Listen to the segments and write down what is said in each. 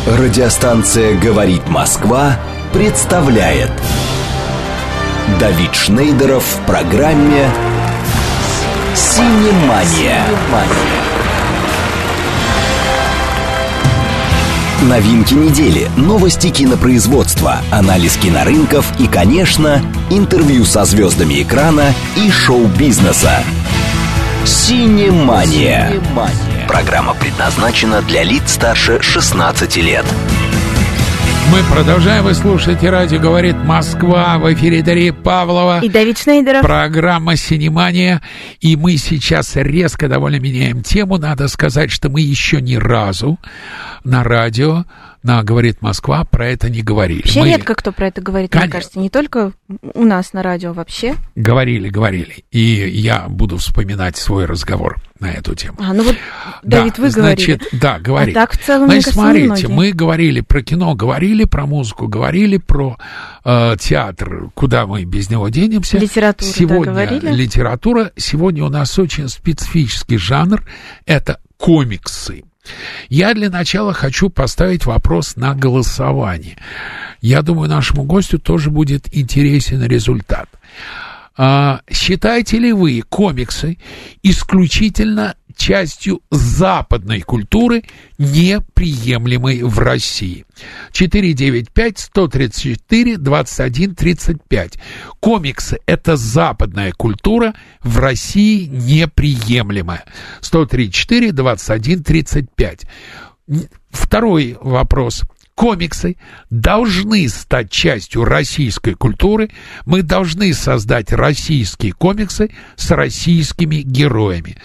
Радиостанция «Говорит Москва» представляет Давид Шнейдеров в программе «Синемания». Новинки недели, новости кинопроизводства, анализ кинорынков и, конечно, интервью со звездами экрана и шоу-бизнеса. «Синемания». Программа предназначена для лиц старше 16 лет. Мы продолжаем. Вы слушаете радио «Говорит Москва». В эфире Дарья Павлова и Давид Шнейдеров. Программа «Синемания». И мы сейчас резко довольно меняем тему. Надо сказать, что мы еще ни разу на радио, на «Говорит Москва» про это не говорили. Вообще редко кто про это говорит, мне кажется. Не только у нас на радио вообще. Говорили. И я буду вспоминать свой разговор на эту тему. Ну вот, Давид, вы говорили. Да, говорили. А так в целом, мне кажется, смотрите, мы говорили про кино, говорили про музыку, говорили про театр, куда мы без него денемся. Литература, сегодня говорили. Литература. Сегодня у нас очень специфический жанр. Это комиксы. Я для начала хочу поставить вопрос на голосование. Я думаю, нашему гостю тоже будет интересен результат. Считаете ли вы комиксы исключительно частью западной культуры, неприемлемой в России? 495-134-21-35. Комиксы — это западная культура, в России неприемлемая. 134-21-35. Второй вопрос. Комиксы должны стать частью российской культуры. Мы должны создать российские комиксы с российскими героями.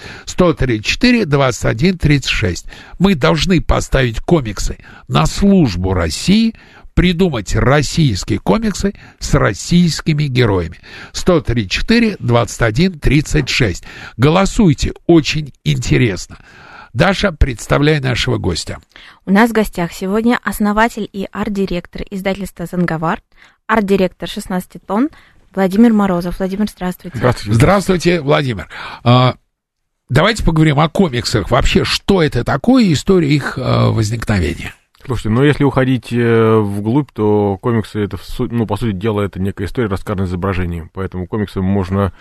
134-21-36. Мы должны поставить комиксы на службу России, придумать российские комиксы с российскими героями. 134-21-36. Голосуйте, очень интересно. Даша, представляй нашего гостя. У нас в гостях сегодня основатель и арт-директор издательства «Занговард», арт-директор 16 тонн Владимир Морозов. Владимир, здравствуйте. Здравствуйте, Владимир. Давайте поговорим о комиксах. Вообще, что это такое, история их возникновения? Слушайте, если уходить вглубь, то комиксы, это, по сути дела, это некая история, рассказанная изображением. Поэтому комиксы можно...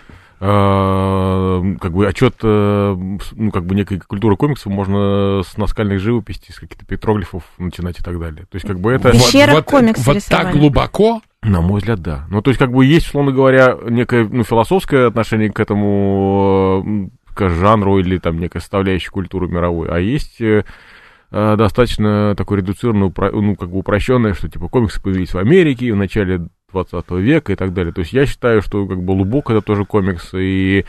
отчет, некой культуры комиксов можно с наскальных живописей, с каких-то петроглифов начинать и так далее. То есть, это... Пещера комикс вот так глубоко? На мой взгляд, да. Есть, условно говоря, некое, философское отношение к этому, к жанру или там некая составляющая культуры мировой, а есть... достаточно такой редуцированный, упрощенное, что комиксы появились в Америке в начале 20 века и так далее. То есть я считаю, что Лубок это тоже комикс, и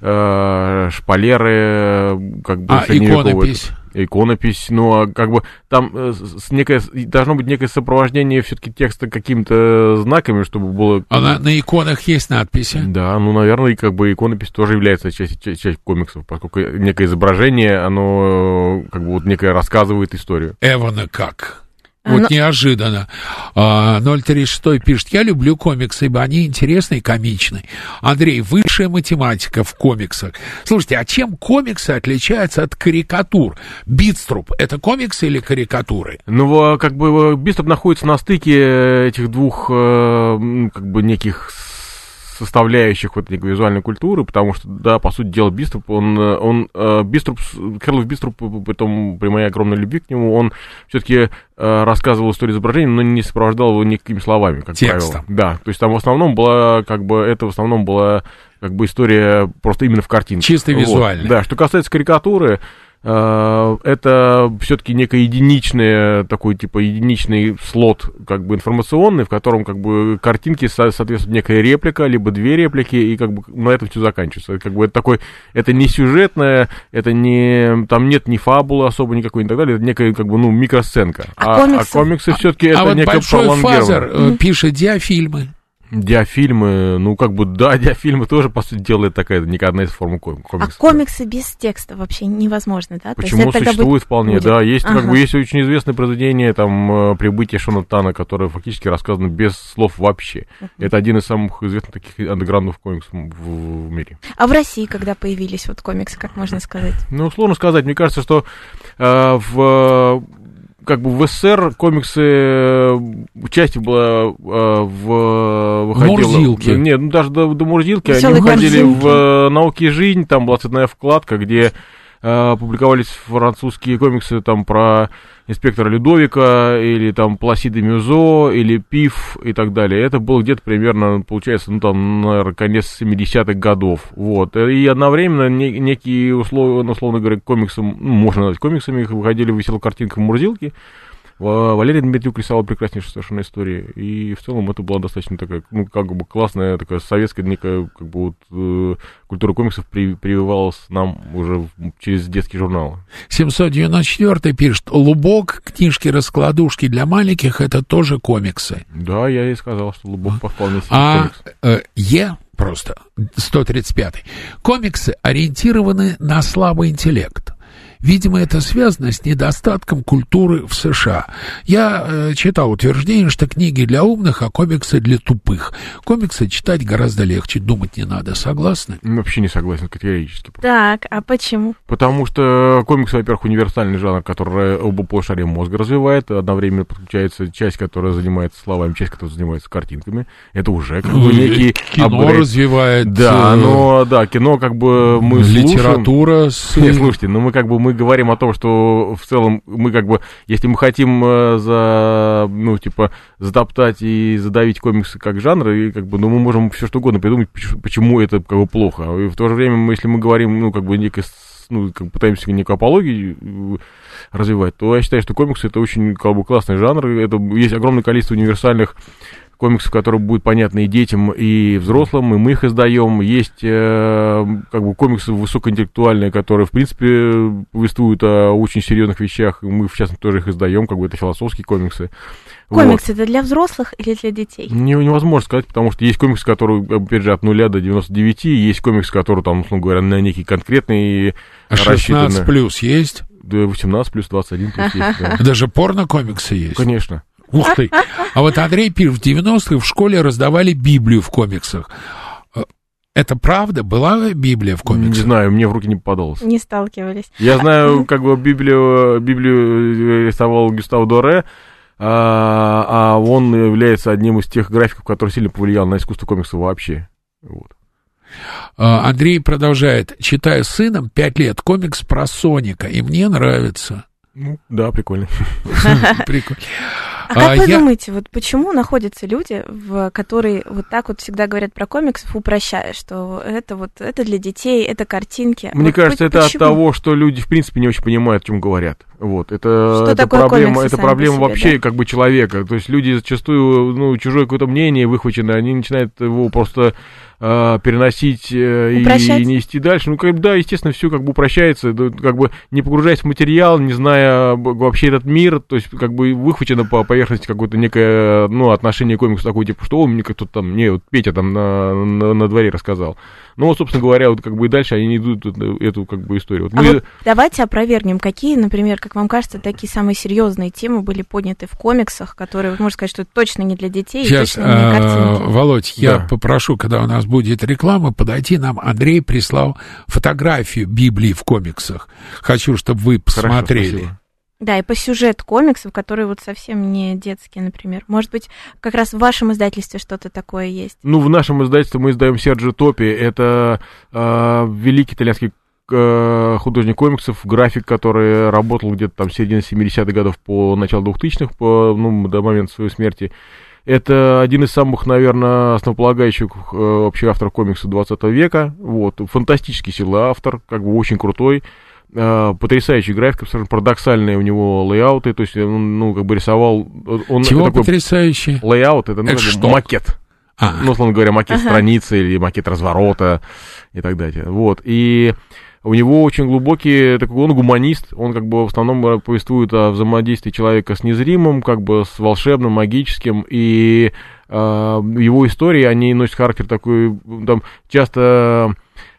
шпалеры, иконопись. Иконопись, там должно быть некое сопровождение все-таки текста какими-то знаками, чтобы было... А на иконах есть надписи? Да, наверное, иконопись тоже является частью комиксов, поскольку некое изображение, оно некое рассказывает историю. Эвана как? Неожиданно. 036 пишет: я люблю комиксы, ибо они интересны и комичны. Андрей, высшая математика в комиксах. Слушайте, а чем комиксы отличаются от карикатур? Битструп — это комиксы или карикатуры? Битструп находится на стыке этих двух, неких составляющих некой визуальной культуры, потому что, да, по сути дела, Биструп, Карлов Биструп, потом при моей огромной любви к нему, он все-таки рассказывал историю изображения, но не сопровождал его никакими словами, как текстом. правило. Да, то есть там в основном была, история просто именно в картинке. Чисто визуально. Да, что касается карикатуры, это все-таки некий единичный слот, информационный, в котором, картинки соответствует некая реплика, либо две реплики, и, на этом все заканчивается. Это не сюжетное, там нет ни фабулы особо никакой и так далее, это некая, микросценка. А комиксы все-таки это некое пролонгирование. Фазер пишет диафильмы. Диафильмы, диафильмы тоже, по сути дела, это одна из форм комикса. А комиксы без текста вообще невозможно, да? Почему? Существует вполне, будет? Да. Есть, есть очень известное произведение, «Прибытие Шона Тана», которое фактически рассказано без слов вообще. Это один из самых известных таких андеграундных комиксов в мире. А в России когда появились комиксы, как можно сказать? Сложно сказать. Мне кажется, что как бы в СССР комиксы, часть была выходила... Мурзилки. Нет, ну даже до Мурзилки. Веселые Они выходили картинки. в «Науке и жизнь», там была цветная вкладка, где публиковались французские комиксы там про инспектора Людовика, или там Пласида Мюзо, или Пиф и так далее. Это было где-то примерно, получается, ну там, наверное, конец 70-х годов. Вот. И одновременно некие условно говоря, комиксы, ну, можно назвать комиксами, их выходили в «Веселых картинках» Мурзилки. Валерий Дмитриюк рисовал прекраснейшие совершенно истории. И в целом это была достаточно такая, ну, как бы классная, такая советская некая, как бы вот, культура комиксов прививалась нам уже через детские журналы. 794 пишет: Лубок, книжки-раскладушки для маленьких — это тоже комиксы. Да, я и сказал, что Лубок вполне себе комикс. Просто 135. Комиксы ориентированы на слабый интеллект. Видимо, это связано с недостатком культуры в США. Я читал утверждение, что книги для умных, а комиксы для тупых. Комиксы читать гораздо легче, думать не надо. Согласны? Вообще не согласен категорически. Так, а почему? Потому что комиксы, во-первых, универсальный жанр, который оба полушария мозга развивает. Одновременно подключается часть, которая занимается словами, часть, которая занимается картинками. Это уже как бы некий кино развивает. Да, но да, кино как бы мы литература. Нет, слушайте, но мы как бы мы говорим о том, что в целом мы как бы, если мы хотим затоптать и задавить комиксы как жанр, и как бы, ну, мы можем все что угодно придумать, почему это как бы плохо. И в то же время, если мы говорим, ну, как бы пытаемся некую апологию развивать, то я считаю, что комиксы — это очень как бы классный жанр. Это есть огромное количество универсальных комиксов, которые будут понятны и детям, и взрослым, и мы их издаем. Есть как бы комиксы высокоинтеллектуальные, которые, в принципе, повествуют о очень серьезных вещах. Мы, в частности, тоже их издаем, как бы это философские комиксы. Комиксы это для взрослых или для детей? Невозможно сказать, потому что есть комиксы, которые, опять же, от 0 до 99, есть комиксы, которые, там, условно говоря, на некий конкретный рассчитаны. 16 плюс есть? Да, 18 плюс 21 плюс есть, да. Даже порно-комиксы есть? Конечно. Ух ты! А вот Андрей пишет, в 90-х в школе раздавали Библию в комиксах. Это правда? Была Библия в комиксах? Не знаю, мне в руки не попадалось. Не сталкивались. Я знаю, как бы Библию рисовал Гюстав Доре, а он является одним из тех графиков, который сильно повлиял на искусство комикса вообще. Вот. Андрей продолжает. Читаю с сыном 5 лет комикс про Соника, и мне нравится. Ну, да, прикольно. Прикольно. А как вы думаете, вот почему находятся люди, которые вот так вот всегда говорят про комиксов, упрощая, что это для детей, это картинки? Мне кажется, это от того, что люди, в принципе, не очень понимают, о чем говорят. Вот, это проблема вообще, да? Как бы человека. То есть люди зачастую, ну, чужое какое-то мнение выхвачено, они начинают его просто переносить и нести дальше. Ну, как бы, да, естественно, все как бы упрощается, как бы не погружаясь в материал, не зная вообще этот мир, то есть как бы выхвачено по поверхности какое-то некое, ну, отношение к комиксу такое, типа, что мне кто-то там, мне вот Петя там на дворе рассказал. Ну, вот, собственно говоря, вот как бы и дальше они не идут эту как бы историю. Вот вот давайте опровергнем, какие, например, как вам кажется, такие самые серьезные темы были подняты в комиксах, которые, можно сказать, что это точно не для детей, сейчас, точно не картинки. Володь, я попрошу, когда у нас будет реклама, подойти нам. Андрей прислал фотографию Библии в комиксах. Хочу, чтобы вы посмотрели. Хорошо, да, и по сюжету комиксов, которые вот совсем не детские, например. Может быть, как раз в вашем издательстве что-то такое есть? Ну, в нашем издательстве мы издаем Серджио Топи. Это великий итальянский художник комиксов, график, который работал где-то там с середины 70-х годов по началу 2000-х, до момента своей смерти. Это один из самых, наверное, основополагающих вообще авторов комикса 20 века. Вот. Фантастический сильный автор, как бы очень крутой. Потрясающий график, абсолютно парадоксальные у него лейауты, то есть он, как бы рисовал... Чего потрясающий? Лейаут, это макет. Условно говоря, макет страницы или макет разворота и так далее. Вот, и у него очень глубокий, он гуманист, он как бы в основном повествует о взаимодействии человека с незримым, как бы с волшебным, магическим, и его истории, они носят характер такой, там часто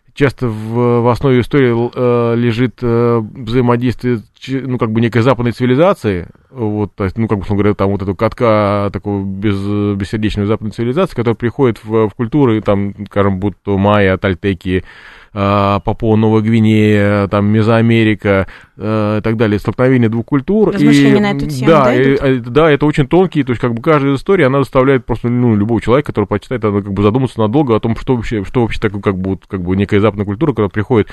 в основе истории лежит взаимодействие, как бы некой западной цивилизации, вот, то есть, как бы, говоря, там вот этого катка такого бессердечной западной цивилизации, которая приходит в культуры, там, скажем, будто майя, тальтеки, Папуа Новая Гвинея, там Мезоамерика и так далее, столкновение двух культур. Размышления на эту тему, да, это очень тонкий, то есть как бы каждая история, она заставляет просто любого человека, который почитает, она как бы задуматься надолго о том, что вообще такое как бы некая западная культура, которая приходит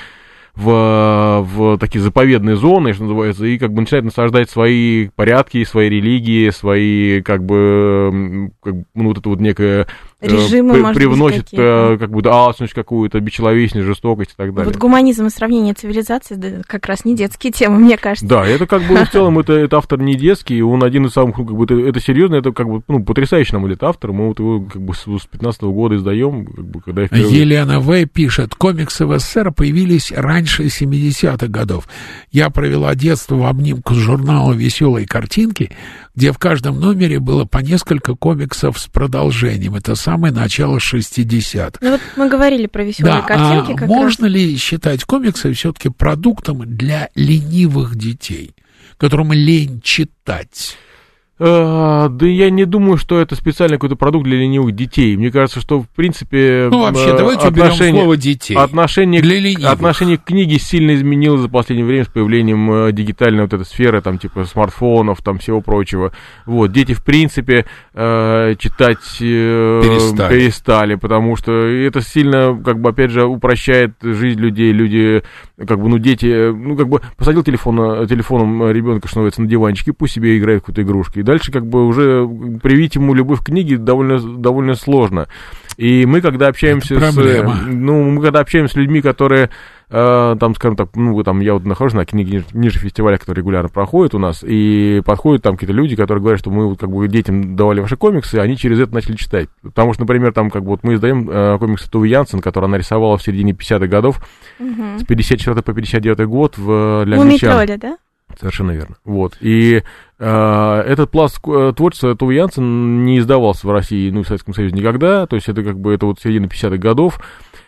в такие заповедные зоны, что называется, и как бы начинает насаждать свои порядки, свои религии, свои как бы вот это вот некое режимы, привносит как бы алчность какую-то, бесчеловечность, жестокость и так далее. Вот гуманизм и сравнение цивилизаций, да, как раз не детские темы, мне кажется. Да, это как бы в целом это автор не детский, он один из самых, как бы это серьезно, это как бы потрясающий, на мой взгляд, автор, мы вот его как бы с 15-го года издаем, как бы, когда я впервые... Елена В. пишет, комиксы в СССР появились раньше 70-х годов. Я провела детство в обнимку с журналом «Веселые картинки», где в каждом номере было по несколько комиксов с продолжением. Это самое начало 60-х. Ну вот мы говорили про «Веселые картинки». А можно ли считать комиксы все-таки продуктом для ленивых детей, которым лень читать? Да я не думаю, что это специально какой-то продукт для ленивых детей. Мне кажется, что в принципе... Ну вообще, давайте уберем слово «детей». Отношение к книге сильно изменилось за последнее время с появлением дигитальной вот этой сферы, там типа смартфонов, там всего прочего. Вот, дети в принципе читать перестали, потому что это сильно, как бы, опять же, упрощает жизнь людей. Люди, как бы, дети, как бы, посадил телефоном ребенка, что называется, на диванчике, пусть себе играет в какую-то игрушку. И дальше, как бы, уже привить ему любовь к книге довольно сложно. И мы, когда общаемся когда общаемся с людьми, которые, там, скажем так, там, я вот нахожусь на книге ниже фестиваля, который регулярно проходит у нас, и подходят там какие-то люди, которые говорят, что мы, как бы, детям давали ваши комиксы, и они через это начали читать. Потому что, например, там, как бы, вот мы издаем комиксы Тувы Янсен, который она рисовала в середине 50-х годов, с 54 по 59 год для англичан. Мумий-тролля, да? Совершенно верно. Вот. И этот пласт творчества Тувы Янсен не издавался в России, в Советском Союзе никогда. То есть это как бы это вот середина 50-х годов.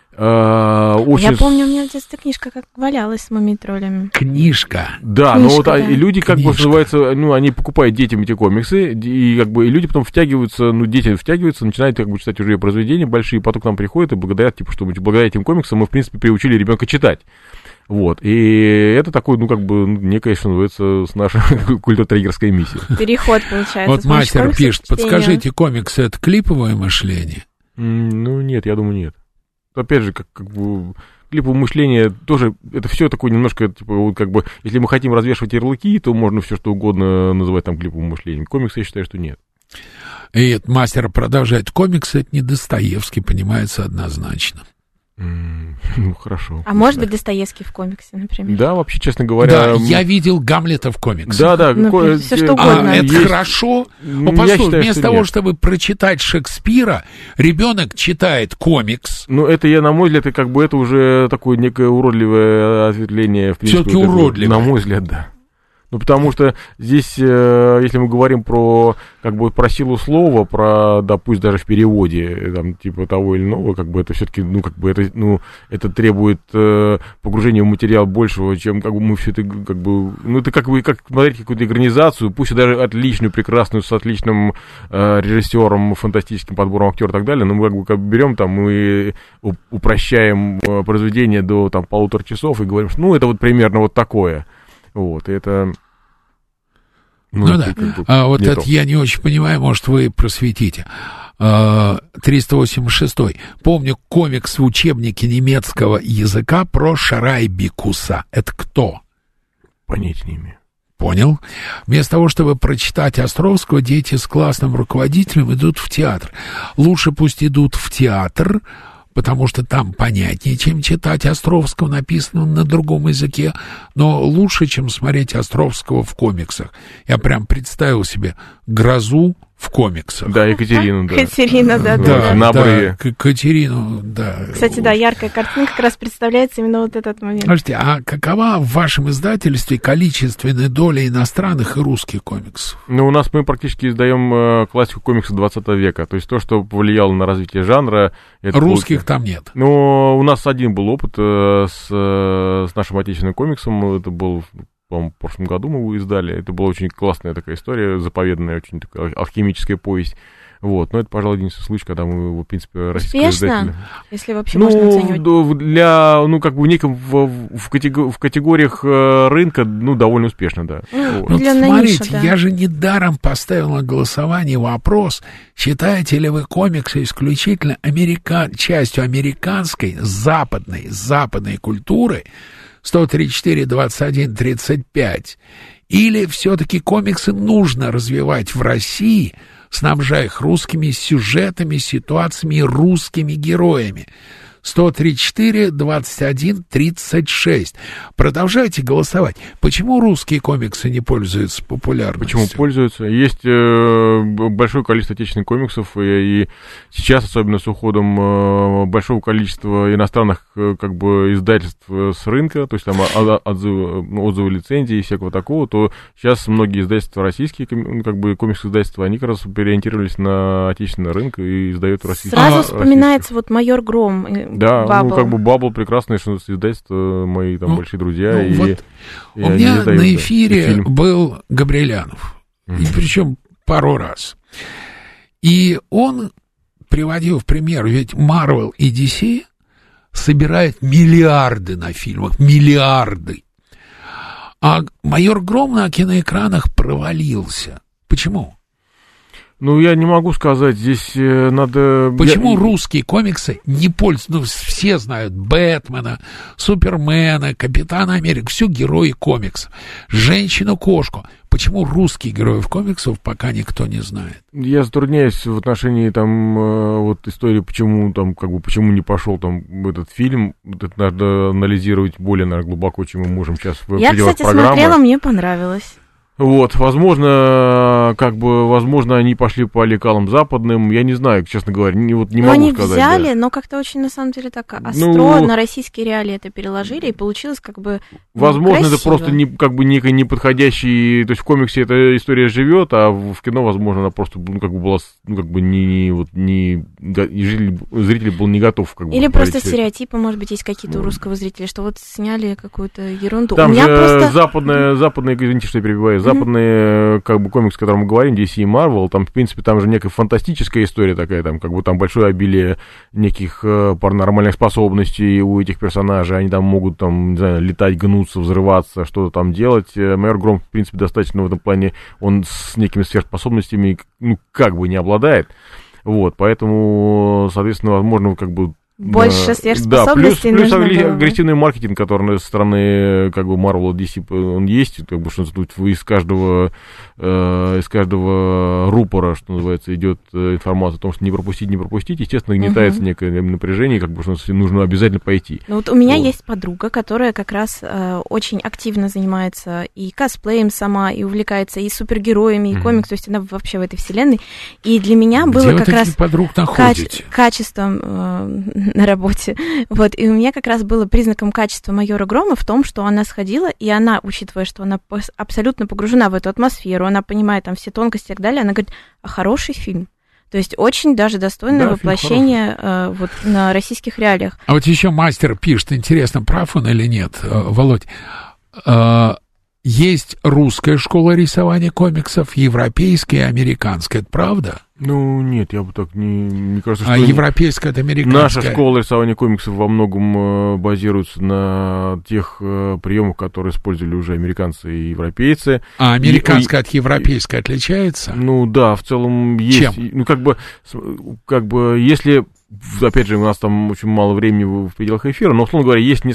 Я помню, у меня в детстве книжка как валялась с мумий-троллями. Книжка. Да, и люди, как бы, называется, они покупают детям эти комиксы, и как бы и люди потом втягиваются, дети втягиваются, начинают как бы читать уже произведения большие, потом к нам приходят и благодарят, типа, что благодаря этим комиксам мы, в принципе, приучили ребенка читать. Вот, и это такой, как бы, некая, что называется, с нашей культурно-тренерской миссией. Переход, получается. Вот мастер пишет, подскажите, комиксы — это клиповое мышление? Нет, я думаю, нет. Опять же, как бы, клиповое мышление тоже, это все такое немножко, типа, как бы, если мы хотим развешивать ярлыки, то можно все что угодно называть там клиповым мышлением. Комиксы, я считаю, что нет. И мастер продолжает, комиксы — это не Достоевский, понимается однозначно. Хорошо. А может быть, Достоевский в комиксе, например? Да, вообще, честно говоря... Да, я видел Гамлета в комиксах. Да. Все что угодно. Это хорошо? Послушай, вместо того, чтобы прочитать Шекспира, ребенок читает комикс. Это, на мой взгляд, как бы это уже такое некое уродливое осветление. Все-таки уродливое. На мой взгляд, да. Потому что здесь, если мы говорим про, как бы, про силу слова, пусть даже в переводе, там, типа того или иного, как бы это все-таки, как бы это требует погружения в материал большего, чем, как бы, мы все это, как бы, это как бы, как смотреть какую-то экранизацию, пусть и даже отличную, прекрасную, с отличным режиссером, фантастическим подбором актеров и так далее, но мы, как бы берем там, мы упрощаем произведение до, там, 1,5 часов и говорим, что, это вот примерно вот такое. Вот, это... да. Вот это я не очень понимаю, может, вы просветите. 386-й. Помню комикс в учебнике немецкого языка про Шарайбикуса. Это кто? Понятия не имею. Понял. Вместо того, чтобы прочитать Островского, дети с классным руководителем идут в театр. Лучше пусть идут в театр, потому что там понятнее, чем читать Островского, написанного на другом языке, но лучше, чем смотреть Островского в комиксах. Я прям представил себе «Грозу» в комиксах. Да, Екатерину, да. Екатерина, да. На обрыве. Катерину, да. Кстати, да, яркая картинка как раз представляется именно вот этот момент. Слушайте, а какова в вашем издательстве количественная доля иностранных и русских комиксов? У нас мы практически издаем классику комикса 20 века, то есть то, что повлияло на развитие жанра. Русских там нет? У нас один был опыт с нашим отечественным комиксом, это был... По-моему, в прошлом году мы его издали. Это была очень классная такая история, заповедная, очень такая алхимическая повесть. Вот, но это, пожалуй, единственный случай, когда мы, в принципе, российские издатели... если вообще можно оценивать. Для, как бы, в категориях рынка, довольно успешно, да. Смотрите, я же недаром поставил на голосование вопрос, считаете ли вы комиксы исключительно частью американской, западной культуры, 134, 21, 35, или все-таки комиксы нужно развивать в России, снабжая их русскими сюжетами, ситуациями и русскими героями. 134, 21, 36. Продолжайте голосовать. Почему русские комиксы не пользуются популярностью? Почему пользуются? Есть большое количество отечественных комиксов, и сейчас, особенно с уходом большого количества иностранных как бы издательств с рынка, то есть там отзывы лицензии и всякого такого, то сейчас многие издательства российские, как бы комикс-издательства, они как раз переориентировались на отечественный рынок и издают российские. Сразу вспоминается вот «Майор Гром». Да, Bubble. как бы Bubble прекрасное издательство, мои там большие друзья. У меня на эфире был Габрилянов, и причем пару раз. И он приводил в пример, ведь Marvel и DC собирают миллиарды на фильмах, миллиарды. А «Майор Гром» на киноэкранах провалился. Почему? Я не могу сказать, здесь надо... Почему русские комиксы не пользуются? Все знают Бэтмена, Супермена, Капитана Америки, все герои комиксов. Женщину-кошку. Почему русских героев комиксов пока никто не знает? Я затрудняюсь в отношении истории, почему не пошел этот фильм. Это надо анализировать более, наверное, глубоко, чем мы можем сейчас в пределах программы. Я, кстати, смотрела, мне понравилось. Возможно, они пошли по лекалам западным, я не знаю, честно говоря, не могу сказать. Они взяли, но как-то очень, на самом деле, так остро на российские реалии это переложили, и получилось как бы возможно, красиво. это просто некий неподходящий, то есть в комиксе эта история живет, а в кино, возможно, она просто была, зритель был не готов. Или просто стереотипы, может быть, есть какие-то у русского зрителя, что вот сняли какую-то ерунду. Там же западные, извините, что я перебиваю, западные, комиксы, о котором мы говорим, DC и Marvel, там, в принципе, там же некая фантастическая история такая, там большое обилие неких паранормальных способностей у этих персонажей, они там могут, не знаю, летать, гнуться, взрываться, что-то там делать. Майор Гром, в принципе, достаточно в этом плане, он с некими сверхспособностями, не обладает, поэтому, соответственно, возможно, больше сверхспособностей плюс агрессивный маркетинг, который со стороны Marvel и DC он есть, из каждого рупора, что называется, идет информация о том, что не пропустить, естественно, нагнетается некое напряжение, что нужно обязательно пойти. У меня есть подруга, которая как раз очень активно занимается и косплеем сама, и увлекается и супергероями, и комикс, то есть она вообще в этой вселенной, и для меня было как раз качеством на работе. И у меня как раз было признаком качества «Майора Грома» в том, что она сходила, и она, учитывая, что она абсолютно погружена в эту атмосферу, она понимает там все тонкости и так далее, она говорит, хороший фильм. То есть очень даже достойное воплощение на российских реалиях. А еще мастер пишет, интересно, прав он или нет, Володь, есть русская школа рисования комиксов, европейская и американская, это правда? Нет, я бы так не кажется, что... А европейская, это американская? Наша школа рисования комиксов во многом базируется на тех приемах, которые использовали уже американцы и европейцы. А американская от европейской отличается? Да, в целом есть. Чем? Если... Опять же, у нас там очень мало времени в пределах эфира, но, условно говоря, есть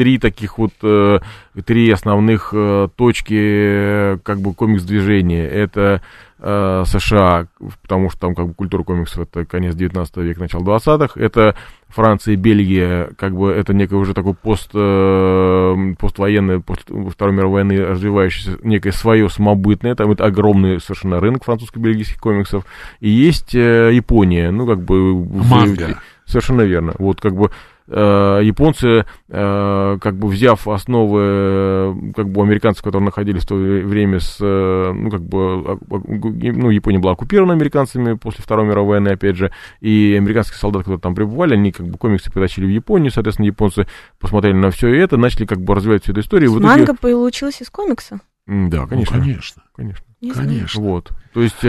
три основных точки комикс-движения. Это США, потому что там культура комиксов это конец 19 века, начало 20-х. Это Франция и Бельгия, это некое уже такое поствоенное, после Второй мировой войны развивающееся некое свое самобытное, там это огромный совершенно рынок французско-бельгийских комиксов. И есть Япония, манга. Совершенно верно. Японцы, взяв основы, у американцев, которые находились в то время Япония была оккупирована американцами после Второй мировой войны, опять же, и американские солдаты, которые там пребывали, они, комиксы притащили в Японию, соответственно, японцы посмотрели на все это, начали, развивать всю эту историю. Манга получилась из комикса? Да, конечно. Конечно. Конечно. Вот. То есть,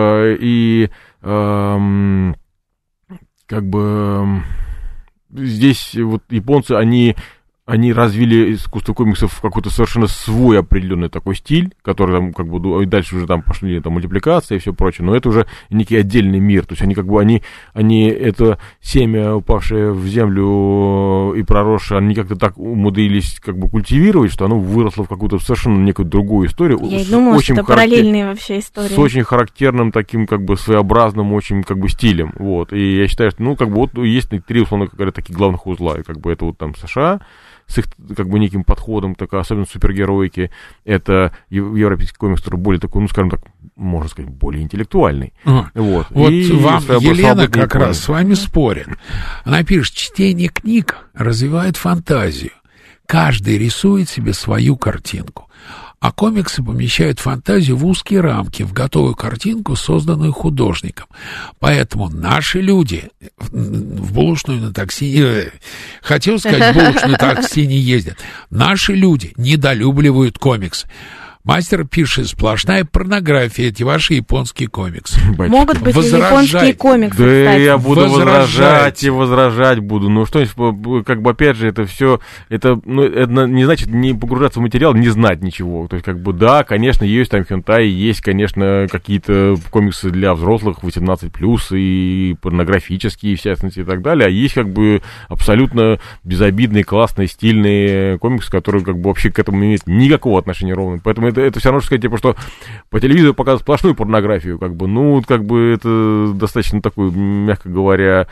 как бы здесь вот японцы, они развили искусство комиксов в какой-то совершенно свой определенный такой стиль, который там как бы и дальше уже там пошли там мультипликация и все прочее, но это уже некий отдельный мир, то есть они как бы они это семя, упавшее в землю и проросшее, они как-то так умудрились как бы культивировать, что оно выросло в какую-то совершенно некую другую историю. Я и думала, что это параллельные вообще истории. С очень характерным таким как бы своеобразным очень как бы стилем, вот, и я считаю, что, ну, как бы вот есть 3, условно говоря, таких главных узла, и как бы это вот там США, с их как бы неким подходом, так, особенно супергероики, это европейский комикс, который более такой, ну, скажем так, можно сказать, более интеллектуальный. Вот вам Елена как раз с вами спорит. Она пишет, чтение книг развивает фантазию. Каждый рисует себе свою картинку. А комиксы помещают фантазию в узкие рамки, в готовую картинку, созданную художником. Поэтому наши люди в булочную на такси... Хотел сказать, в булочную на такси не ездят. Наши люди недолюбливают комиксы. Мастер пишет, сплошная порнография, эти ваши японские комиксы. Могут быть и японские комиксы, да, кстати. Я буду возражать буду. Ну, что, как бы, опять же, это все, это не значит не погружаться в материал, не знать ничего. То есть, как бы, да, конечно, есть там хентай, есть, конечно, какие-то комиксы для взрослых, 18+, и порнографические, естественно, и так далее. А есть, как бы, абсолютно безобидные, классные, стильные комиксы, которые, как бы, вообще к этому не имеют никакого отношения ровно. Поэтому это все равно, что сказать, типа, что по телевизору показывают сплошную порнографию, как бы, ну, как бы это достаточно такой, мягко говоря,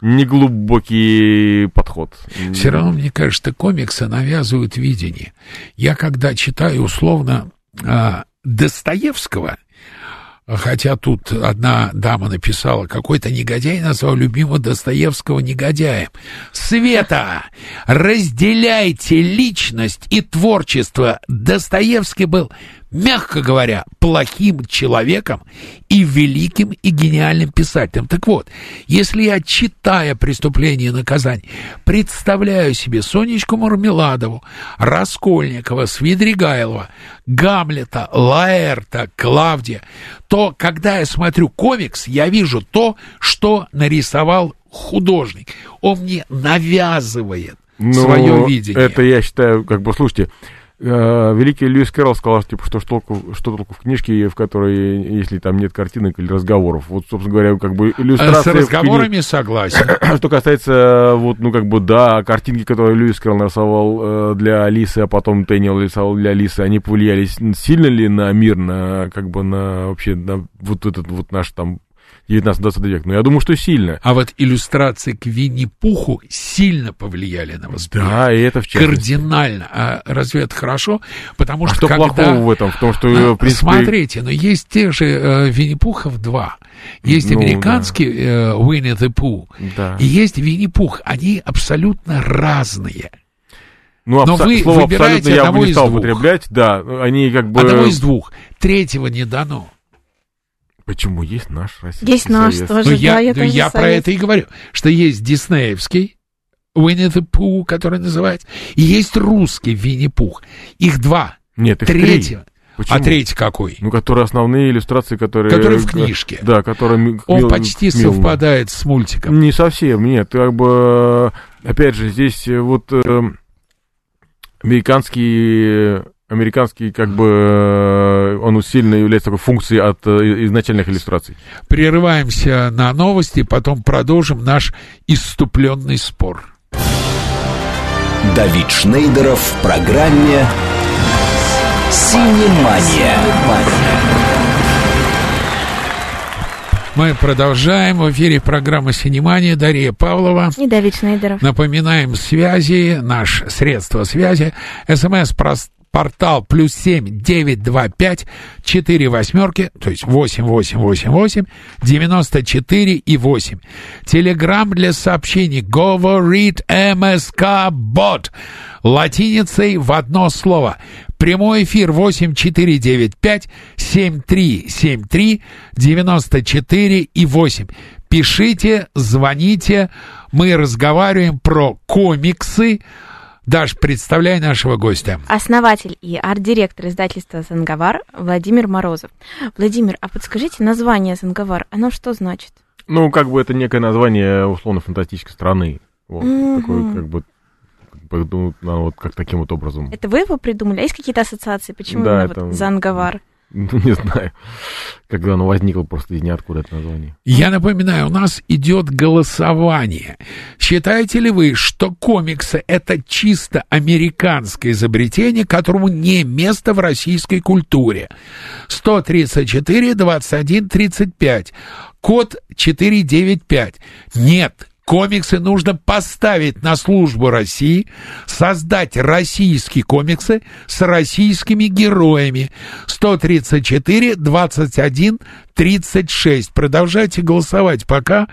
неглубокий подход. Все равно, мне кажется, комиксы навязывают видение. Я когда читаю условно Достоевского, хотя тут одна дама написала, какой-то негодяй назвал любимого Достоевского негодяем. Света, разделяйте личность и творчество. Достоевский был, мягко говоря, плохим человеком и великим и гениальным писателем. Так вот, если я, читая «Преступление и наказание», представляю себе Сонечку Мармеладову, Раскольникова, Свидригайлова, Гамлета, Лаэрта, Клавдия, то, когда я смотрю комикс, я вижу то, что нарисовал художник. Он мне навязывает свое видение. Это, я считаю, как бы, слушайте, великий Льюис Кэрролл сказал, типа, что толку в книжке, в которой, если там нет картинок или разговоров. Вот, собственно говоря, как бы иллюстрация... С разговорами согласен. Что касается, вот, ну, как бы, да, картинки, которые Льюис Кэрролл нарисовал для Алисы, а потом Тэниел рисовал для Алисы, они повлияли сильно ли на мир, на, как бы, на, вообще, на вот этот вот наш там 19-20 век. Но я думаю, что сильно. А вот иллюстрации к Винни-Пуху сильно повлияли на восприятие. Да, и это в частности. Кардинально. А разве это хорошо? Потому что, что когда... плохого в этом? В том, что, в принципе... Смотрите, но есть те же Винни-Пухов 2. Есть американский Winnie the Pooh, да. И есть Винни-Пух. Они абсолютно разные. Ну, но вы выбираете одного из двух. Употреблять, да, они как бы... Одного из двух. Третьего не дано. Почему? Есть наш российский Есть наш совет. тоже, я про это и говорю, что есть диснеевский Winnie the Pooh, который называется, и есть русский Винни-Пух. Их два. Нет, их третьего. Почему? А третий какой? Ну, которые основные иллюстрации, которые в книжке. Да, которые... Он почти совпадает с мультиком. Не совсем, нет. Как бы, опять же, здесь вот американский, как бы, он сильно является такой функцией от изначальных иллюстраций. Прерываемся на новости, потом продолжим наш исступленный спор. Давид Шнейдеров в программе «Синемания». Мы продолжаем. В эфире программа «Синемания». Дарья Павлова. И Давид Шнейдеров. Напоминаем связи, наше средство связи. СМС-портал +7 925 4 восьмерки, то есть 8888 94 и 8. Телеграм для сообщений говорит МСК Бот. Латиницей в одно слово. Прямой эфир 8495 7373 94 и 8. Пишите, звоните, мы разговариваем про комиксы, Даш, представляй нашего гостя. Основатель и арт-директор издательства «Занговар» Владимир Морозов. Владимир, а подскажите, название «Занговар», оно что значит? Ну, как бы это некое название условно-фантастической страны. Вот, такое, как бы, вот как таким вот образом. Это вы его придумали? А есть какие-то ассоциации? Почему да, именно это... вот «Занговар»? Не знаю, когда оно возникло просто из ниоткуда, это название. Я напоминаю, у нас идет голосование. Считаете ли вы, что комиксы — это чисто американское изобретение, которому не место в российской культуре? 134, 21, 35. Код 495. Нет. Комиксы нужно поставить на службу России, создать российские комиксы с российскими героями. 134, 21, 36. Продолжайте голосовать, пока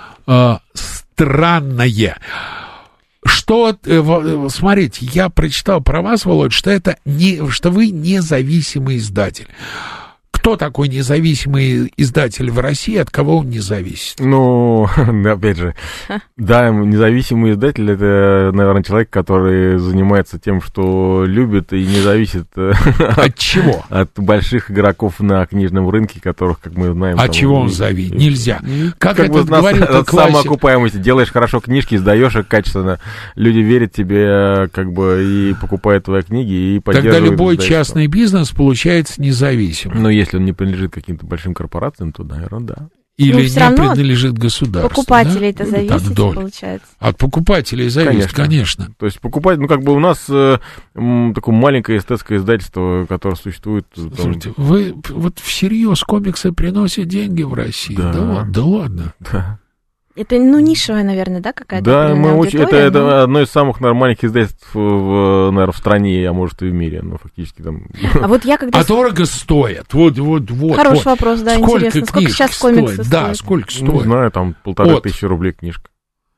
странное. Что, смотрите, я прочитал про вас, Володь, что вы независимый издатель. Кто такой независимый издатель в России, от кого он не зависит? Ну, опять же, да, независимый издатель — это, наверное, человек, который занимается тем, что любит, и не зависит от чего? От больших игроков на книжном рынке, которых, как мы знаем... От чего он зависит? Нельзя. Как это говорил от самоокупаемости. Делаешь хорошо книжки, издаешь их качественно, люди верят тебе, как бы, и покупают твои книги, и поддерживают. Тогда любой частный бизнес получается независимым. Но если он не принадлежит каким-то большим корпорациям, то, наверное, да. Или не принадлежит государству. Покупателей это зависит, получается. От покупателей зависит, конечно. То есть покупать, ну, как бы у нас такое маленькое эстетское издательство, которое существует. Слушайте, вы вот всерьез комиксы приносят деньги в Россию? Да ладно. Да. Это, нишевая, наверное, да, какая-то? Да, это одно из самых нормальных издательств, наверное, в стране, а может, и в мире, но фактически там... А вот я когда... А дорого стоят? Вот. Хороший вопрос, да, интересно. Сколько сейчас комиксы стоят? Да, сколько стоит? Не знаю, там 1500 рублей книжка.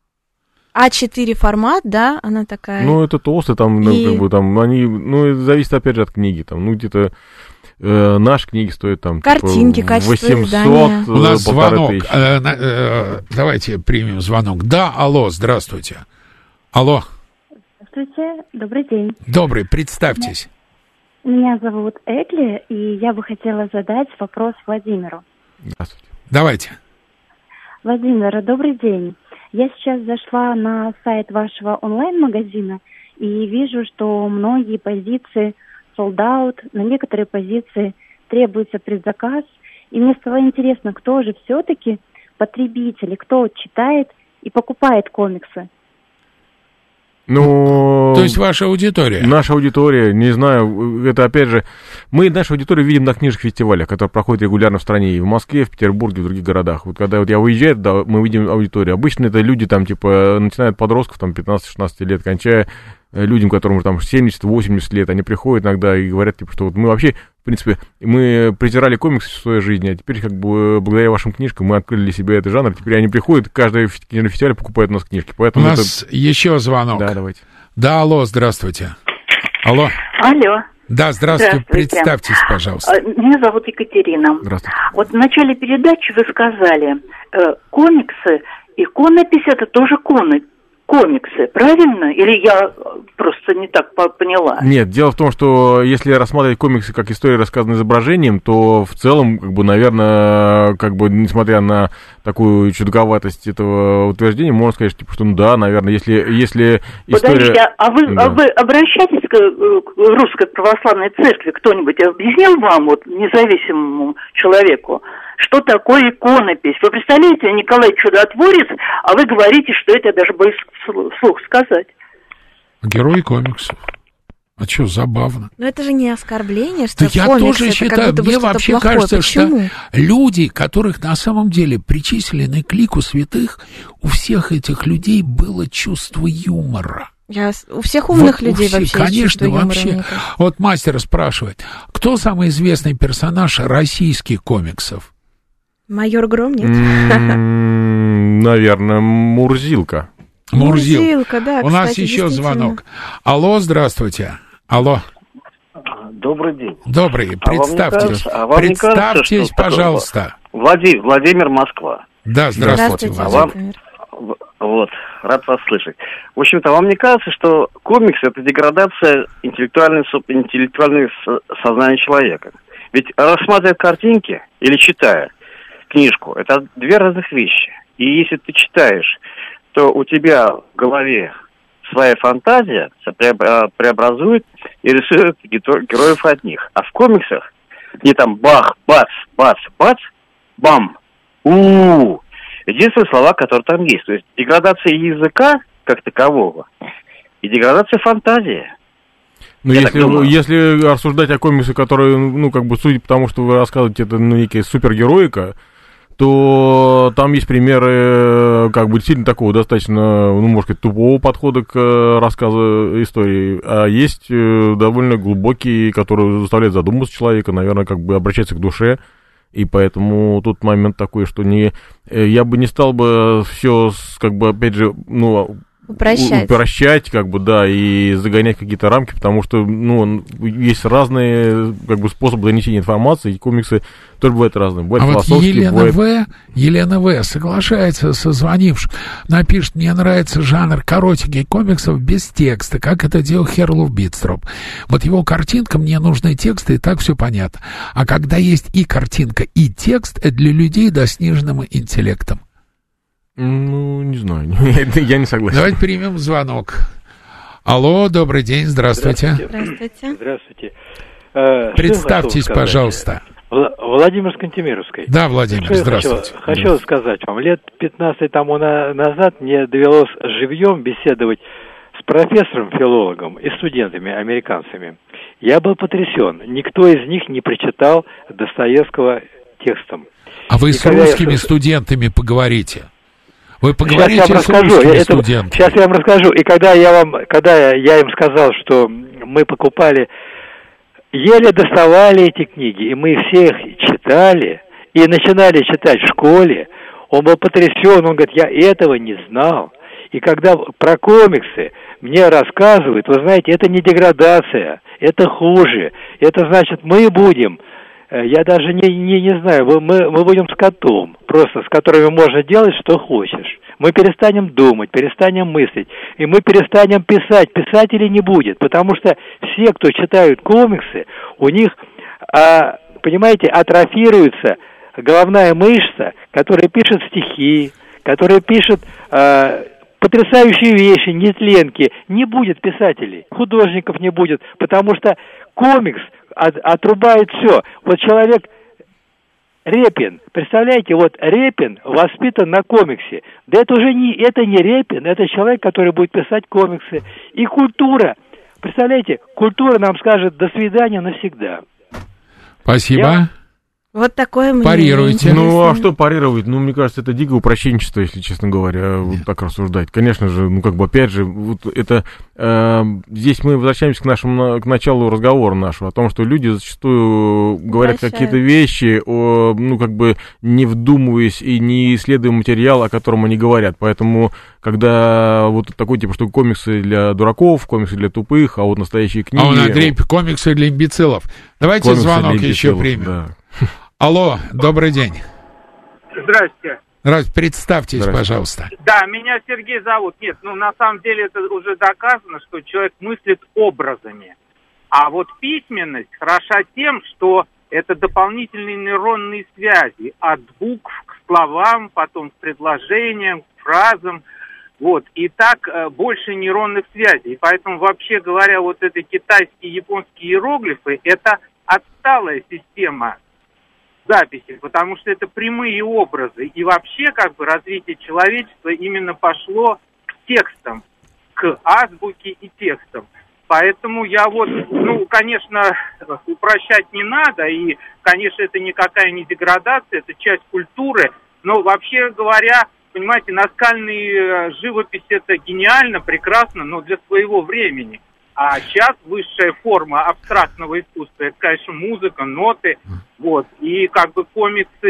А4 формат, да, она такая? Ну, это толстый, там, как бы, там, они, зависит, опять же, от книги, там, где-то... Наши книги стоят там картинки, типа, 800, у нас звонок. Давайте примем звонок. Да, алло, здравствуйте. Алло. Здравствуйте, добрый день. Добрый, представьтесь. Меня зовут Экли, и я бы хотела задать вопрос Владимиру. Здравствуйте. Давайте. Владимир, добрый день. Я сейчас зашла на сайт вашего онлайн-магазина и вижу, что многие позиции sold out, на некоторые позиции требуется предзаказ. И мне стало интересно, кто же все-таки потребители, кто читает и покупает комиксы? Ну, то есть ваша аудитория? Наша аудитория, не знаю, это опять же, мы нашу аудиторию видим на книжных фестивалях, которые проходят регулярно в стране, и в Москве, в Петербурге, в других городах. Вот когда я выезжаю, да, мы видим аудиторию. Обычно это люди там, типа, начинают подростков, там, 15-16 лет, кончая людям, которым там 70-80 лет, они приходят иногда и говорят, типа, что вот мы вообще, в принципе, мы презирали комиксы в своей жизни, а теперь, как бы, благодаря вашим книжкам мы открыли для себя этот жанр, теперь они приходят, каждый книжный фестиваль покупает у нас книжки. Поэтому у нас еще звонок. Да, давайте. Да, алло, здравствуйте. Алло. Алло. Да, здравствуйте. Представьтесь, пожалуйста. Меня зовут Екатерина. Здравствуйте. Вот в начале передачи вы сказали, комиксы, иконопись — это тоже комиксы, правильно? Или я просто не так поняла? Нет, дело в том, что если рассматривать комиксы как истории, рассказанные изображением, то в целом, как бы, наверное, как бы, несмотря на такую чудаковатость этого утверждения, можно сказать, типа, что, ну да, наверное, если история... Подождите, а вы обращаетесь к Русской Православной Церкви? Кто-нибудь объяснил вам, вот, независимому человеку, что такое иконопись? Вы представляете, Николай Чудотворец, а вы говорите, что это я даже боюсь вслух сказать. Герой комиксов. А что, забавно? Но это же не оскорбление, что да я тоже считаю, мне вообще кажется, почему? Что люди, которых на самом деле причислены к лику святых, у всех этих людей было чувство юмора. У всех умных людей всех, вообще конечно, есть чувство юмора, вообще. Вот мастер спрашивает, кто самый известный персонаж российских комиксов? Майор Гром, нет? Наверное, Мурзилка. Мурзилка, да. У нас еще звонок. Алло, здравствуйте. Алло. Добрый день. Добрый. Представьтесь. Представьтесь, пожалуйста. Владимир, Москва. Да, здравствуйте, Владимир. Вот. рад вас слышать. В общем-то, вам не кажется, что комикс – это деградация интеллектуального сознания человека? Ведь рассматривая картинки или читая книжку, это две разных вещи. И если ты читаешь, то у тебя в голове своя фантазия преобразует и рисует героев от них. А в комиксах не там бах, бац, бац, бац, бам, у-у-у. Единственные слова, которые там есть. То есть деградация языка как такового и деградация фантазии. Ну, если рассуждать о комиксах, которые, ну, как бы, судя по тому, что вы рассказываете, это, ну, некая супергероика, то там есть примеры, как бы, действительно такого достаточно, ну, можно сказать, тупого подхода к рассказу истории, а есть довольно глубокие, которые заставляют задуматься человека, наверное, как бы обращаться к душе, и поэтому тут момент такой, что я бы не стал бы все, как бы, опять же, ну, упрощать, как бы, да, и загонять какие-то рамки, потому что, ну, есть разные, как бы, способы донесения информации, и комиксы тоже бывают разные. Бывает философские, вот Елена В. соглашается со звонившим, напишет: мне нравится жанр коротеньких комиксов без текста, как это делал Херлов Битстроп. Вот его картинка, мне нужны тексты, и так все понятно. А когда есть и картинка, и текст, это для людей с сниженным интеллектом. Ну, не знаю, я не согласен. Давайте примем звонок. Алло, добрый день, здравствуйте. Здравствуйте. Представьтесь, пожалуйста. Владимир с Кантемировской. Да, Владимир, здравствуйте. Хочу сказать вам, лет 15 тому назад мне довелось живьем беседовать с профессором-филологом и студентами, американцами. Я был потрясен. Никто из них не прочитал Достоевского текстом. А вы с русскими студентами поговорите. Вы поговорите с русскими студентами. Сейчас я вам расскажу. И когда я им сказал, что мы покупали, еле доставали эти книги, и мы все их читали, и начинали читать в школе, он был потрясен, он говорит: я этого не знал. И когда про комиксы мне рассказывают, вы знаете, это не деградация, это хуже. Это значит, мы будем... Я даже не знаю, мы будем скотом, просто с которыми можно делать, что хочешь. Мы перестанем думать, перестанем мыслить, и мы перестанем писать. Писателей не будет, потому что все, кто читают комиксы, у них, понимаете, атрофируется головная мышца, которая пишет стихи, которая пишет потрясающие вещи, нетленки. Не будет писателей, художников не будет, потому что комикс отрубает все. Вот человек Репин, представляете, вот Репин воспитан на комиксе. Да это уже не Репин, это человек, который будет писать комиксы. И культура, представляете, культура нам скажет: до свидания навсегда. Спасибо. Вот такое мнение. Парируйте. Ну, а что парировать? Ну, мне кажется, это дикое упрощенчество, если честно говоря, вот так рассуждать. Конечно же, ну, как бы, опять же, вот это... здесь мы возвращаемся к началу разговора нашего, о том, что люди зачастую говорят какие-то вещи, ну, как бы, не вдумываясь и не исследуя материал, о котором они говорят. Поэтому, когда вот такой, типа, что комиксы для дураков, комиксы для тупых, а вот настоящие книги... А он, Андрей, комиксы для имбецилов. Давайте комиксы звонок еще примем. Да. Алло, добрый день. Здравствуйте. Здравствуйте, представьтесь, пожалуйста. Да, меня Сергей зовут. Нет, на самом деле это уже доказано, что человек мыслит образами. А вот письменность хороша тем, что это дополнительные нейронные связи от букв к словам, потом к предложениям, к фразам. Вот, и так больше нейронных связей. И поэтому, вообще говоря, вот это китайские и японские иероглифы, это отсталая система записи, потому что это прямые образы. И вообще, как бы, развитие человечества именно пошло к текстам, к азбуке и текстам. Поэтому я вот, конечно, упрощать не надо, и, конечно, это никакая не деградация, это часть культуры, но, вообще говоря, понимаете, наскальная живопись — это гениально, прекрасно, но для своего времени. А сейчас высшая форма абстрактного искусства — это, конечно, музыка, ноты, вот. И как бы комиксы,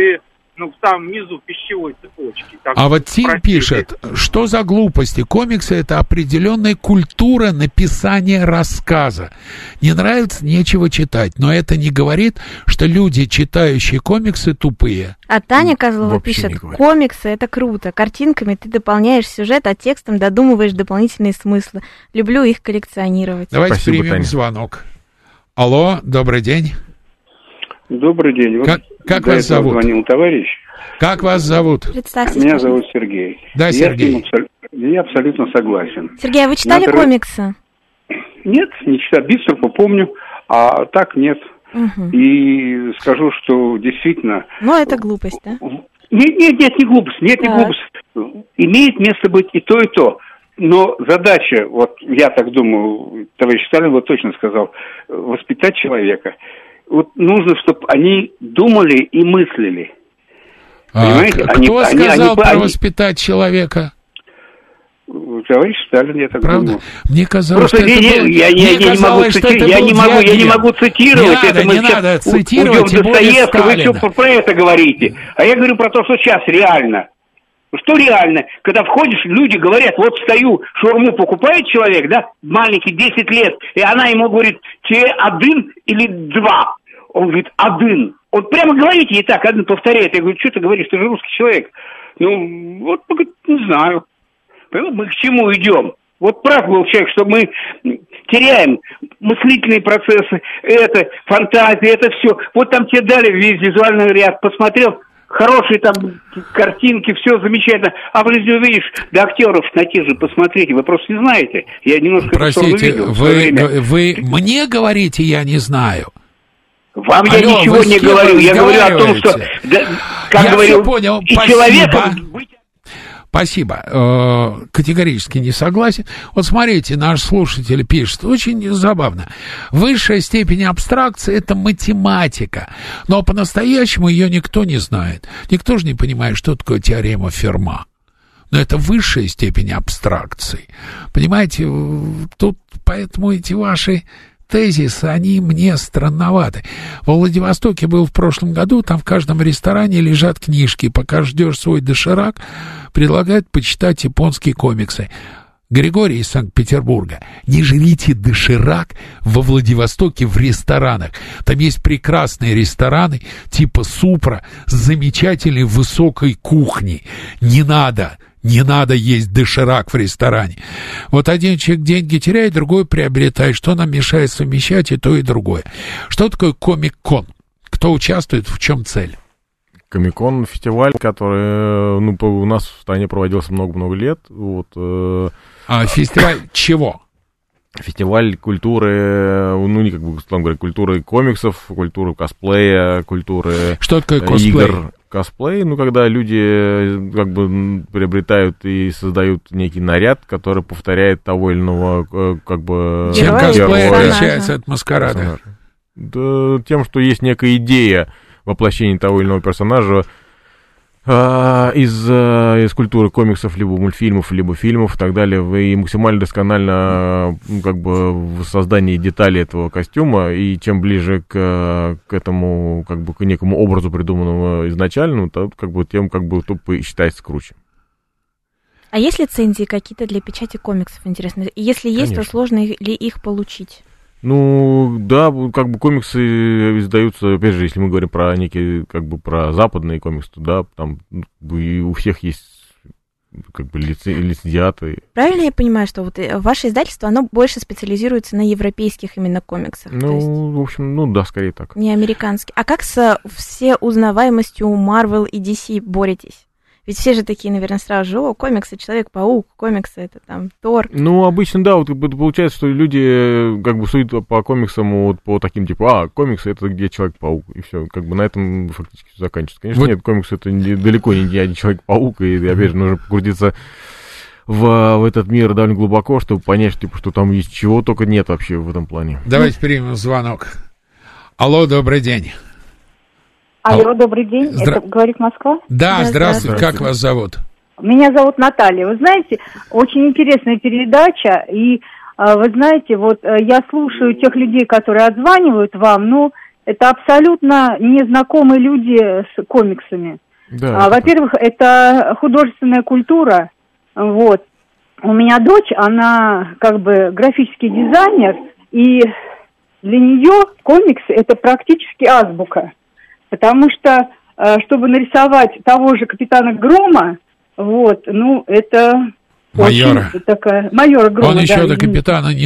в самом низу пищевой цепочки. А вот Тим пишет, что за глупости? Комиксы — это определенная культура написания рассказа. Не нравится — нечего читать. Но это не говорит, что люди, читающие комиксы, тупые. А Таня Козлова пишет, комиксы — это круто. Картинками ты дополняешь сюжет, а текстом додумываешь дополнительные смыслы. Люблю их коллекционировать. Давайте примем звонок. Алло, добрый день. Добрый день. Как вас зовут? Звонил товарищ. Как вас зовут? Представьтесь. Меня зовут Сергей. Да, Сергей. Я абсолютно согласен. Сергей, а вы читали комиксы? Нет, не читал. Бистрова помню, а так нет. Угу. И скажу, что действительно... Ну, это глупость, да? Нет, не глупость. Нет, не глупость. Имеет место быть и то, и то. Но задача, вот я так думаю, товарищ Сталин вот точно сказал, воспитать человека. Вот нужно, чтобы они думали и мыслили. Понимаете? Кто сказал про воспитать человека? Товарищ Сталин, я так правда? думаю. Мне казалось, просто что это был... я не могу цитировать. Не надо цитировать, тем более Сталина. Вы все про это говорите. А я говорю про то, что сейчас реально. Что реально? Когда входишь, люди говорят, вот встаю, шаурму покупает человек, да, маленький, 10 лет, и она ему говорит, тебе один или два? Он говорит, один. Вот прямо говорите ей так, один повторяет. Я говорю, что ты говоришь, ты же русский человек. Ну, вот, не знаю. Мы к чему идем? Вот прав был человек, что мы теряем мыслительные процессы, это, фантазии, это все. Вот там тебе дали весь визуальный ряд, посмотрел, хорошие там картинки, все замечательно. А в жизни увидишь, да актеров на те же посмотрите, вы просто не знаете. Я немножко... Простите, вы мне говорите, я не знаю? Вам я ничего не говорю. Я говорю о том, что... Да, как я говорил, все понял, и спасибо. Человеком... Спасибо. Категорически не согласен. Вот смотрите, наш слушатель пишет, очень забавно. Высшая степень абстракции — это математика, но по-настоящему ее никто не знает. Никто же не понимает, что такое теорема Ферма. Но это высшая степень абстракции. Понимаете, тут поэтому эти ваши... тезисы, они мне странноваты. Во Владивостоке был в прошлом году, там в каждом ресторане лежат книжки. Пока ждешь свой доширак, предлагают почитать японские комиксы. Григорий из Санкт-Петербурга. Не жрите доширак во Владивостоке в ресторанах. Там есть прекрасные рестораны типа Супра с замечательной высокой кухней. Не надо есть доширак в ресторане. Вот один человек деньги теряет, другой приобретает. Что нам мешает совмещать и то, и другое? Что такое комик-кон? Кто участвует, в чем цель? Комик-кон — фестиваль, который у нас в стране проводился много-много лет. Вот, А фестиваль чего? Фестиваль культуры, не как бы, говоря, культуры комиксов, культуры косплея, культуры Что такое косплей? Игр. Косплей, когда люди как бы приобретают и создают некий наряд, который повторяет того или иного как бы... Чем косплей отличается от маскарада? Да, тем, что есть некая идея воплощения того или иного персонажа из культуры комиксов, либо мультфильмов, либо фильмов и так далее, и максимально досконально как бы в создании деталей этого костюма, и чем ближе к этому, как бы, к некому образу, придуманному изначально, то, как бы, тем, как бы, считается круче. А есть лицензии какие-то для печати комиксов, интересно? И если есть, Конечно. то сложно ли их получить? Да, как бы комиксы издаются, опять же, если мы говорим про некие, как бы, про западные комиксы, то да, там и у всех есть как бы лицензиаты. Правильно я понимаю, что вот ваше издательство, оно больше специализируется на европейских именно комиксах? В общем, да, скорее так. Не американских. А как с всеузнаваемостью Marvel и DC боретесь? Ведь все же такие, наверное, сразу же, комиксы Человек-паук, комиксы это там Тор. Обычно, да, вот получается, что люди как бы судят по комиксам вот по таким, типа, комиксы это где Человек-паук, и все, как бы на этом фактически заканчивается. Конечно, нет, комиксы это далеко не один Человек-паук, и опять же нужно погрузиться в этот мир довольно глубоко, чтобы понять, типа, что там есть чего только нет вообще в этом плане. Давайте примем звонок. Алло, добрый день. Алло, добрый день. Это говорит Москва? Да, здравствуйте. Как вас зовут? Меня зовут Наталья. Вы знаете, очень интересная передача. И вы знаете, вот я слушаю тех людей, которые отзванивают вам. Это абсолютно незнакомые люди с комиксами. Да, во-первых, это художественная культура. Вот. У меня дочь, она как бы графический дизайнер, и для нее комиксы это практически азбука. Потому что, чтобы нарисовать того же Капитана Грома, вот, ну, это... Майора. Майора Грома, он еще до капитана уже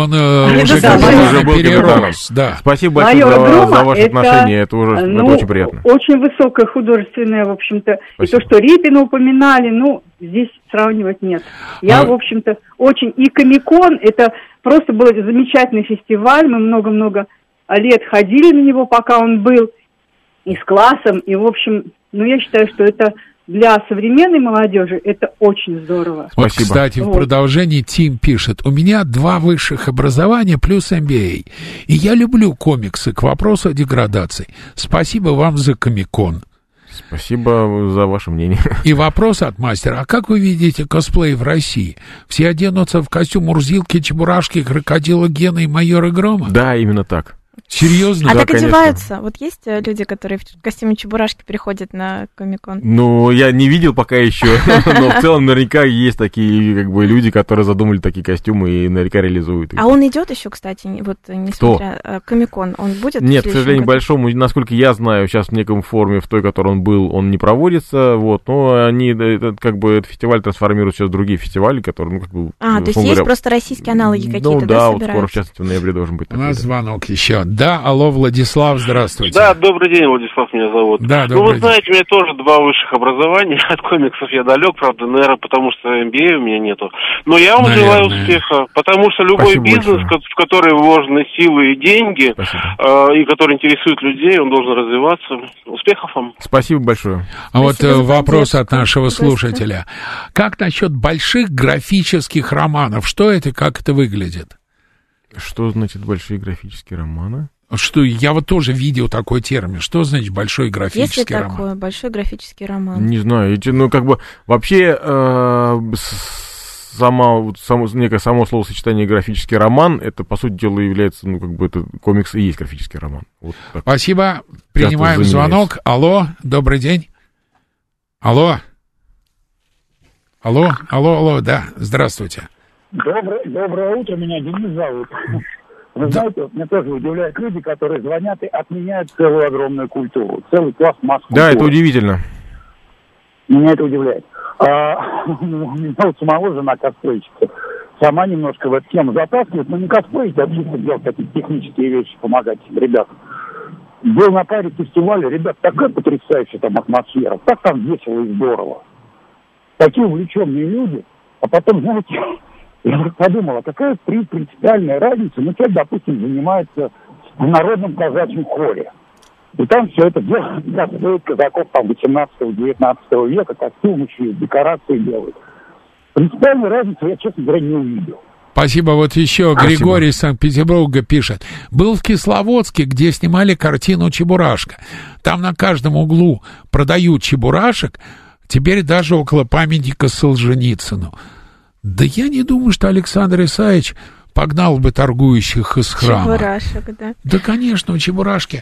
перерос. Да. Спасибо большое за ваше отношение, это уже это очень приятно. Очень высокое художественное, в общем-то. Спасибо. И то, что Репина упоминали, ну, здесь сравнивать нет. Я, в общем-то, очень... И Комик-кон, это просто был замечательный фестиваль, мы много-много лет ходили на него, пока он был, и с классом, и, в общем, ну, я считаю, что это... Для современной молодежи это очень здорово. Вот, кстати, в продолжении Тим пишет: у меня 2 высших образования плюс MBA. И я люблю комиксы, к вопросу о деградации. Спасибо вам за Комик-кон. Спасибо за ваше мнение. И вопрос от мастера: а как вы видите косплей в России? Все оденутся в костюм Урзилки, Чебурашки, Крокодила Гена и Майора Грома? Да, именно так. Серьезно? А да, так конечно. одеваются? Вот есть люди, которые в костюме Чебурашки приходят на Комик-кон? Ну, я не видел пока еще, но в целом наверняка есть такие как бы люди, которые задумали такие костюмы и наверняка реализуют их. А он идет еще, кстати, вот несмотря Комик-кон, он будет? Нет, к сожалению, большому, насколько я знаю, сейчас в неком форме, в той, в которой он был, он не проводится, вот, но они, как бы, этот фестиваль трансформируют сейчас в другие фестивали, которые, ну, как бы... то есть есть просто российские аналоги какие-то, ну, да, вот собираются? скоро, в частности, в ноябре должен быть. У нас звонок еще. Да, алло, Владислав, здравствуйте. Да, добрый день, Владислав меня зовут. Да, ну, вы знаете, у меня тоже 2 высших образования, от комиксов я далек, правда, наверное, потому что MBA у меня нету. Но я вам желаю успеха, потому что любой бизнес, в который вложены силы и деньги, и который интересует людей, он должен развиваться. Успехов вам. Спасибо большое. А вот вопрос от нашего слушателя. Как насчет больших графических романов? Что это, как это выглядит? Что значит большие графические романы? Что я вот тоже видел такой термин. Что значит большой графический роман? Есть ли такое, большой графический роман? Не знаю, ну, как бы, вообще, некое само словосочетание графический роман, это, по сути дела, является, ну, как бы, это комикс и есть графический роман. Вот так. Спасибо. Принимаем звонок. Алло, добрый день. Алло, да, здравствуйте. Доброе утро, меня Денис зовут. Вы знаете, меня тоже удивляют люди, которые звонят и отменяют целую огромную культуру, целый класс масс-культуры. Да, это удивительно. Меня это удивляет. У меня вот самого жена косплейщица. Сама немножко в эту тему затаскивает, но не косплеить, а чисто делать какие-то технические вещи, помогать ребятам. Был на паре фестиваля, ребят, такая потрясающая там атмосфера, так там весело и здорово. Такие увлеченные люди, а потом, знаете... Я вдруг подумал, а какая принципиальная разница, ну, человек, допустим, занимается в народном казачьем хоре. И там все это дело, стоит казаков там 18-19 века, костюмы шьют, декорации делают. Принципиальной разницы я, честно говоря, не увидел. Спасибо. Вот еще Григорий из Санкт-Петербурга пишет. Был в Кисловодске, где снимали картину «Чебурашка». Там на каждом углу продают чебурашек, теперь даже около памятника Солженицыну. Да я не думаю, что Александр Исаевич погнал бы торгующих из храма. Чебурашек, да. Да, конечно, у Чебурашки.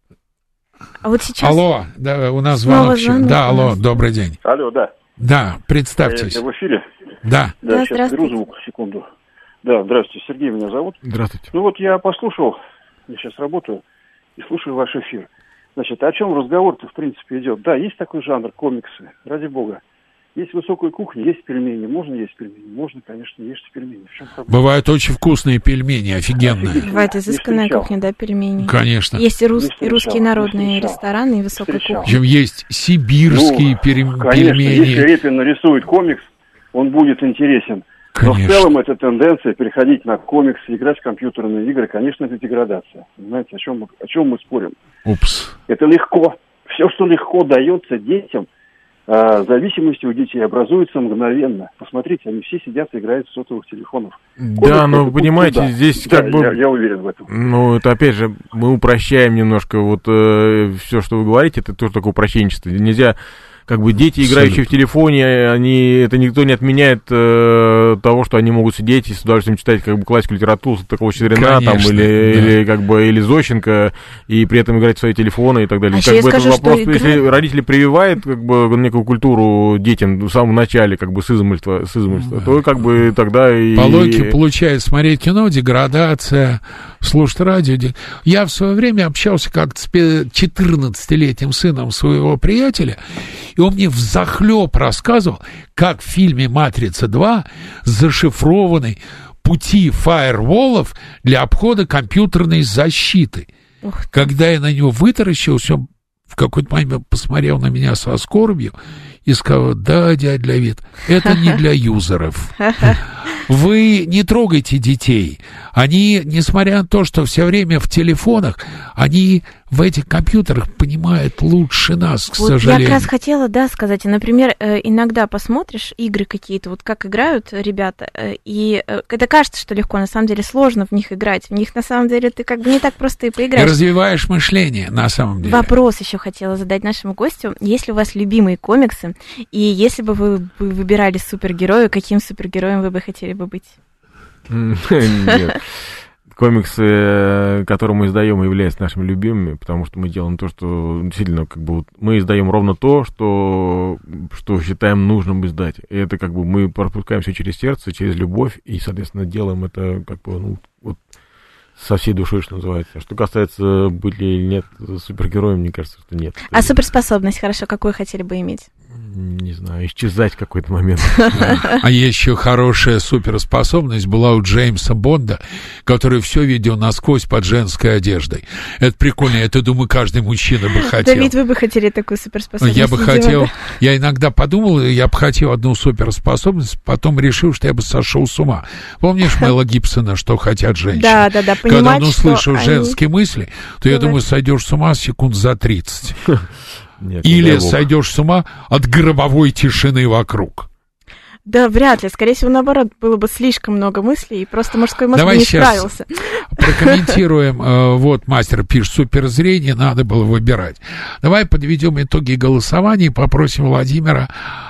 А вот сейчас... Алло, да, у нас звонок. Да, алло, добрый день. Алло, да. Да, представьтесь. Я в эфире? Да. Да, сейчас беру звук, секунду. Да, здравствуйте, Сергей меня зовут. Здравствуйте. Ну вот я послушал, я сейчас работаю и слушаю ваш эфир. Значит, о чем разговор-то, в принципе, идет? Да, есть такой жанр, комиксы, ради бога. Есть высокая кухня, есть пельмени. Можно есть пельмени? Можно, конечно, ешьте пельмени. В чем проблема? Бывают очень вкусные пельмени, офигенные. Бывает изысканная кухня, да, пельмени. Конечно. Есть и русские народные рестораны, и высокая кухня. Причем есть сибирские пельмени. Конечно, если Репин нарисует комикс, он будет интересен. Конечно. Но в целом это тенденция переходить на комиксы, играть в компьютерные игры. Конечно, это деградация. Понимаете, о чем мы спорим? Упс. Это легко. Все, что легко дается детям, зависимости у детей образуются мгновенно. Посмотрите, они все сидят и играют в сотовых телефонов. Да, но вы понимаете, здесь да, как бы... Я уверен в этом. Ну, это опять же, мы упрощаем немножко вот все, что вы говорите, это тоже такое упрощенчество. Нельзя как бы дети, играющие в телефоне, это никто не отменяет того, что они могут сидеть и с удовольствием читать как бы классику литературы такого Щедрина там, или как бы или Зощенко, и при этом играть в свои телефоны и так далее. Как бы этот вопрос, если родители прививают как бы некую культуру детям в самом начале, как бы с измольства, то как бы тогда и... По логике получается смотреть кино, деградация, слушать радио. Я в свое время общался как-то с 14-летним сыном своего приятеля, и он мне взахлеб рассказывал, как в фильме «Матрица 2» зашифрованы пути фаерволов для обхода компьютерной защиты. Когда я на него вытаращился, он в какой-то момент посмотрел на меня со скорбью и сказал: да, дядя Леонид, это не для юзеров. Вы не трогайте детей. Они, несмотря на то, что все время в телефонах, они в этих компьютерах понимают лучше нас, к сожалению. Я как раз хотела, сказать. Например, иногда посмотришь игры какие-то, вот как играют ребята, и это кажется, что легко, на самом деле сложно в них играть. В них, на самом деле, ты как бы не так просто и поиграешь. Ты развиваешь мышление, на самом деле. Вопрос еще хотела задать нашему гостю. Есть ли у вас любимые комиксы? И если бы вы выбирали супергероя, каким супергероем вы бы хотели бы быть? Нет. Комиксы, которые мы издаем, являются нашими любимыми, потому что мы делаем то, что действительно как бы мы издаем ровно то, что считаем нужным издать. И это как бы мы пропускаем все через сердце, через любовь, и, соответственно, делаем это как бы со всей душой, что называется. Что касается быть или нет супергероем, мне кажется, что нет. А суперспособность, хорошо, какую хотели бы иметь? Не знаю, исчезать в какой-то момент. А еще хорошая суперспособность была у Джеймса Бонда, который все видел насквозь под женской одеждой. Это прикольно, это, думаю, каждый мужчина бы хотел. Давид, вы бы хотели такую суперспособность? Я бы хотел, я иногда подумал, я бы хотел одну суперспособность, потом решил, что я бы сошел с ума. Помнишь Мэла Гибсона, что хотят женщины? Да, понимать, когда он услышал женские мысли, то я думаю, сойдешь с ума секунд за 30. Нет, или сойдешь с ума от гробовой тишины вокруг. Да, вряд ли. Скорее всего, наоборот, было бы слишком много мыслей, и просто мужской мозг не справился. Прокомментируем. Вот мастер пишет: суперзрение, надо было выбирать. Давай подведем итоги голосования и попросим Владимира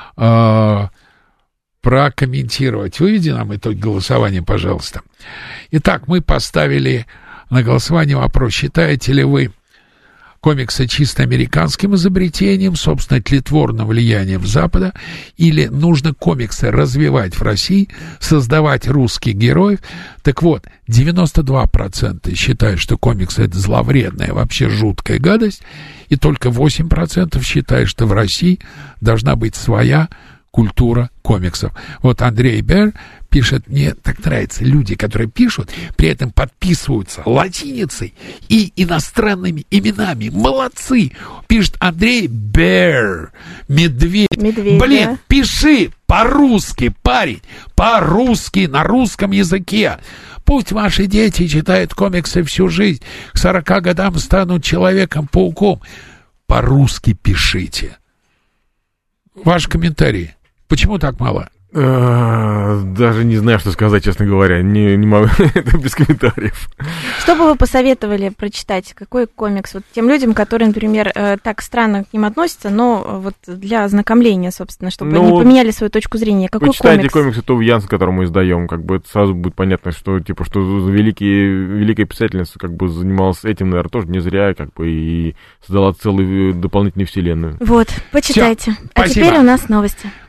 прокомментировать. Выведи нам итоги голосования, пожалуйста. Итак, мы поставили на голосование вопрос: считаете ли вы комиксы чисто американским изобретением, собственно, тлетворным влиянием Запада, или нужно комиксы развивать в России, создавать русских героев? Так вот, 92% считают, что комиксы — это зловредная, вообще жуткая гадость, и только 8% считают, что в России должна быть своя культура комиксов. Вот Андрей Бер пишет: мне так нравятся люди, которые пишут, при этом подписываются латиницей и иностранными именами. Молодцы! Пишет Андрей Бер. Медведь. Блин, да? Пиши по-русски, парень, по-русски, на русском языке. Пусть ваши дети читают комиксы всю жизнь, к 40 годам станут Человеком-пауком. По-русски пишите. Ваши комментарии. Почему так мало? Даже не знаю, что сказать, честно говоря. Не могу. Это без комментариев. Что бы вы посоветовали прочитать? Какой комикс? Вот тем людям, которые, например, так странно к ним относятся, но вот для ознакомления, собственно, чтобы они поменяли свою точку зрения. Какой почитайте комиксы Товы Янс, который мы издаем. Как бы это сразу будет понятно, что типа что великая писательница как бы занималась этим, наверное, тоже не зря, как бы и создала целую дополнительную вселенную. Вот, почитайте. Всё, а теперь у нас новости.